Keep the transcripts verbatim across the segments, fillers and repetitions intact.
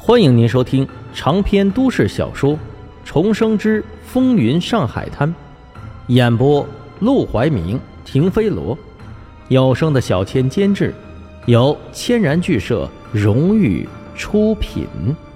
欢迎您收听长篇都市小说《重生之风云上海滩》，演播陆怀明、停飞罗，有声的小千监制，由千然剧社荣誉出品。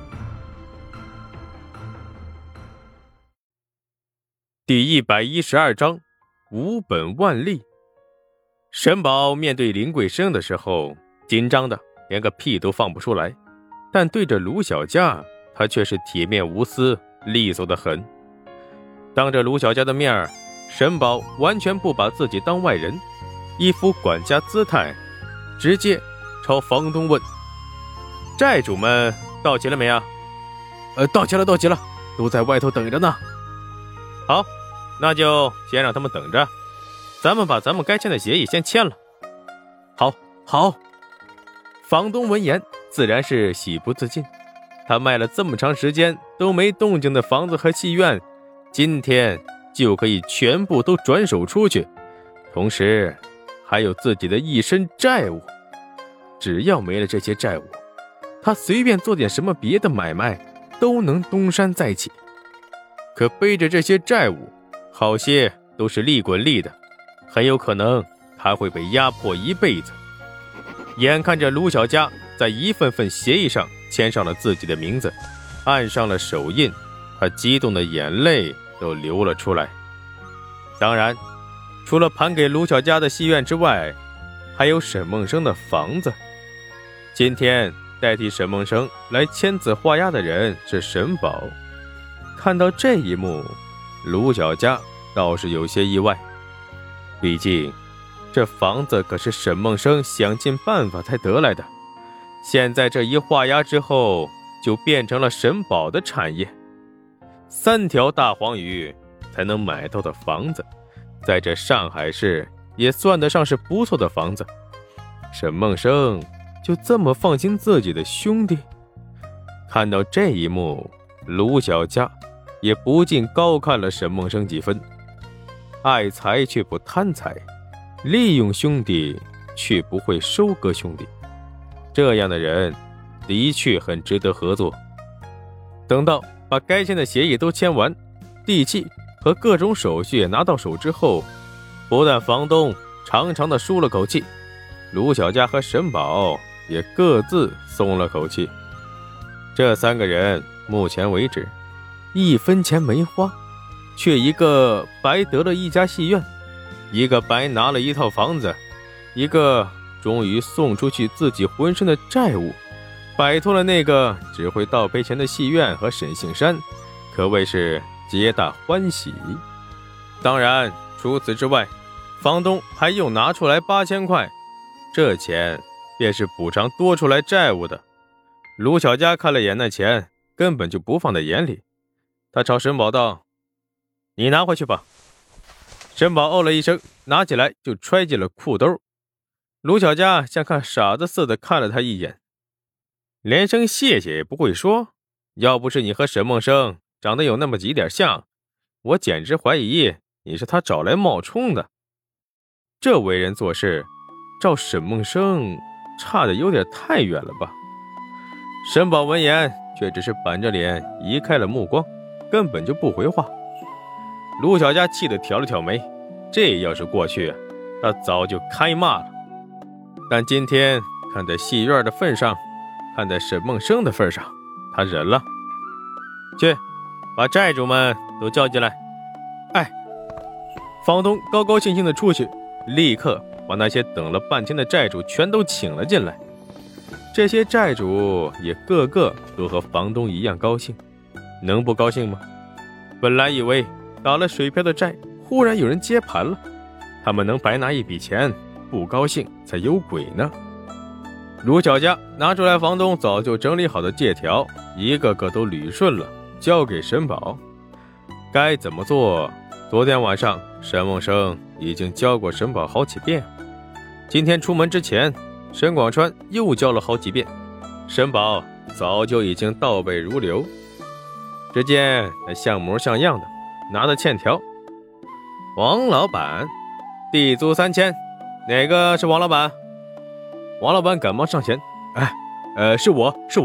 第一百一十二章，无本万利。沈宝面对林桂生的时候，紧张的连个屁都放不出来，但对着卢小佳，他却是铁面无私，利索的很。当着卢小佳的面，沈宝完全不把自己当外人，一副管家姿态，直接朝房东问：债主们到齐了没啊？呃，到齐了，到齐了，都在外头等着呢。好，那就先让他们等着，咱们把咱们该签的协议先签了。好，好。房东闻言自然是喜不自禁，他卖了这么长时间都没动静的房子和戏院，今天就可以全部都转手出去，同时还有自己的一身债务。只要没了这些债务，他随便做点什么别的买卖都能东山再起。可背着这些债务，好些都是利滚利的，很有可能他会被压迫一辈子。眼看着卢小佳在一份份协议上签上了自己的名字，按上了手印，他激动的眼泪都流了出来。当然，除了盘给卢小佳的戏院之外，还有沈梦生的房子。今天代替沈梦生来签字画押的人是沈宝。看到这一幕，卢小佳倒是有些意外，毕竟这房子可是沈梦生想尽办法才得来的，现在这一画押之后，就变成了沈宝的产业。三条大黄鱼才能买到的房子，在这上海市也算得上是不错的房子。沈梦生就这么放心自己的兄弟？看到这一幕，卢小佳也不禁高看了沈梦生几分。爱财却不贪财，利用兄弟却不会收割兄弟，这样的人的确很值得合作。等到把该签的协议都签完，地契和各种手续也拿到手之后，不但房东长长的舒了口气，卢小佳和沈宝也各自松了口气。这三个人目前为止一分钱没花，却一个白得了一家戏院，一个白拿了一套房子，一个终于送出去自己浑身的债务，摆脱了那个只会倒赔钱的戏院和沈杏山，可谓是皆大欢喜。当然除此之外，房东还又拿出来八千块，这钱便是补偿多出来债务的。卢小佳看了眼那钱，根本就不放在眼里，他朝沈宝道：你拿回去吧。沈宝哦了一声，拿起来就揣进了裤兜。卢小佳像看傻子似的看了他一眼，连声谢谢也不会说，要不是你和沈梦生长得有那么几点像，我简直怀疑你是他找来冒充的。这为人做事，照沈梦生差的有点太远了吧。沈宝闻言却只是板着脸移开了目光，根本就不回话。卢小佳气得挑了挑眉，这要是过去，他早就开骂了。但今天看在戏院的份上，看在沈梦生的份上，他忍了。去，把债主们都叫进来。哎，房东高高兴兴的出去，立刻把那些等了半天的债主全都请了进来。这些债主也个个都和房东一样高兴，能不高兴吗？本来以为打了水漂的债忽然有人接盘了，他们能白拿一笔钱，不高兴才有鬼呢。卢小佳拿出来房东早就整理好的借条，一个个都捋顺了，交给沈宝。该怎么做，昨天晚上沈梦生已经教过沈宝好几遍，今天出门之前沈广川又教了好几遍，沈宝早就已经倒背如流。只见他像模像样的拿着欠条，王老板，地租三千，哪个是王老板？王老板赶忙上前，哎，呃，是我，是我，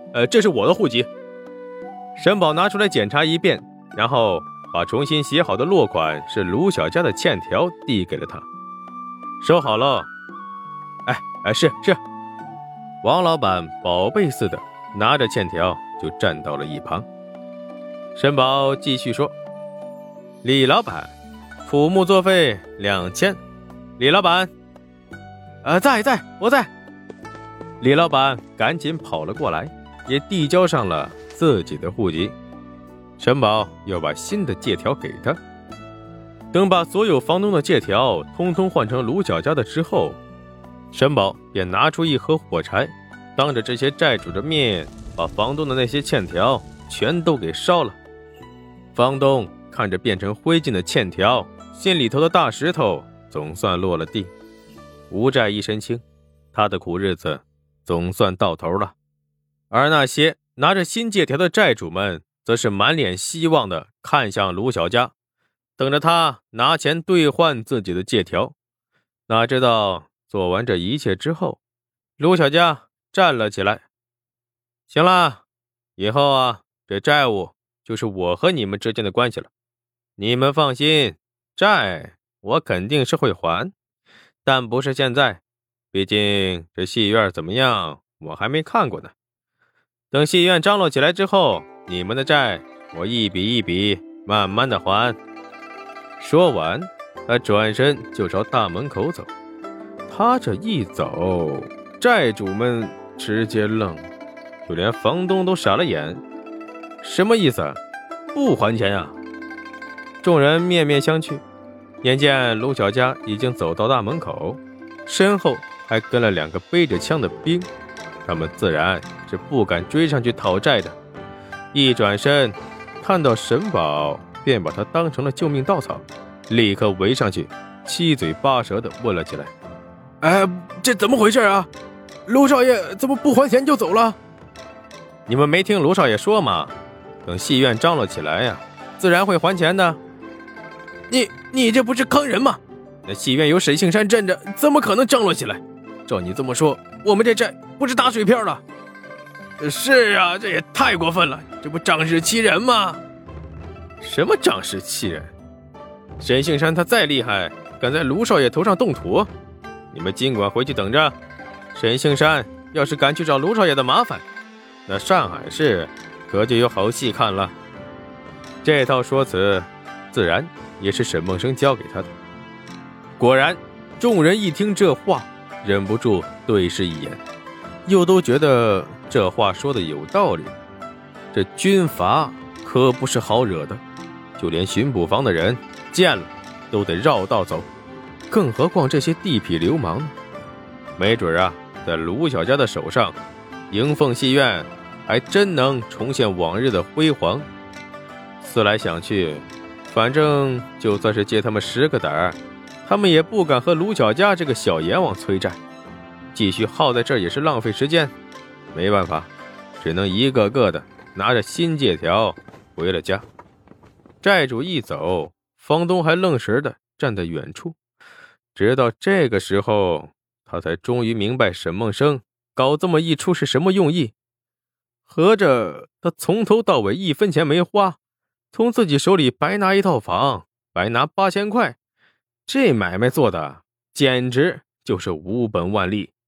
呃，这是我的户籍。沈宝拿出来检查一遍，然后把重新写好的落款是卢小家的欠条递给了他。收好了。哎哎，是是。王老板宝贝似的拿着欠条就站到了一旁。沈宝继续说：李老板，抚木作废两千。李老板，呃，在在，我在。李老板赶紧跑了过来，也递交上了自己的户籍。沈宝要把新的借条给他。等把所有房东的借条通通换成卢小家的之后，沈宝便拿出一盒火柴，当着这些债主的面，把房东的那些欠条全都给烧了。房东看着变成灰烬的欠条，心里头的大石头总算落了地，无债一身轻，他的苦日子总算到头了。而那些拿着新借条的债主们则是满脸希望地看向卢小家，等着他拿钱兑换自己的借条。哪知道做完这一切之后，卢小家站了起来。行了，以后啊，这债务就是我和你们之间的关系了。你们放心，债我肯定是会还，但不是现在，毕竟这戏院怎么样我还没看过呢。等戏院张罗起来之后，你们的债我一笔一笔慢慢的还。说完，他转身就朝大门口走。他这一走，债主们直接愣，就连房东都傻了眼。什么意思？不还钱呀？众人面面相觑，眼见卢小家已经走到大门口，身后还跟了两个背着枪的兵，他们自然是不敢追上去讨债的。一转身看到沈宝，便把他当成了救命稻草，立刻围上去，七嘴八舌地问了起来：哎，这怎么回事啊？卢少爷怎么不还钱就走了？你们没听卢少爷说吗？等戏院张罗起来呀，自然会还钱的。你你这不是坑人吗？那戏院有沈杏山镇着，怎么可能张罗起来？照你这么说，我们这债不是打水漂了？是啊，这也太过分了，这不仗势欺人吗？什么仗势欺人？沈杏山他再厉害，敢在卢少爷头上动土？你们尽管回去等着，沈杏山要是敢去找卢少爷的麻烦，那上海市可就有好戏看了。这套说辞自然也是沈梦生教给他的。果然，众人一听这话，忍不住对视一眼，又都觉得这话说的有道理。这军阀可不是好惹的，就连巡捕房的人见了都得绕道走，更何况这些地痞流氓呢？没准啊，在卢小家的手上，迎凤戏院还真能重现往日的辉煌。思来想去，反正就算是借他们十个胆儿，他们也不敢和卢小家这个小阎王催债，继续耗在这儿也是浪费时间。没办法，只能一个个的拿着新借条回了家。债主一走，房东还愣神的站在远处，直到这个时候，他才终于明白沈梦生搞这么一出是什么用意。合着他从头到尾一分钱没花，从自己手里白拿一套房，白拿八千块，这买卖做的简直就是无本万利。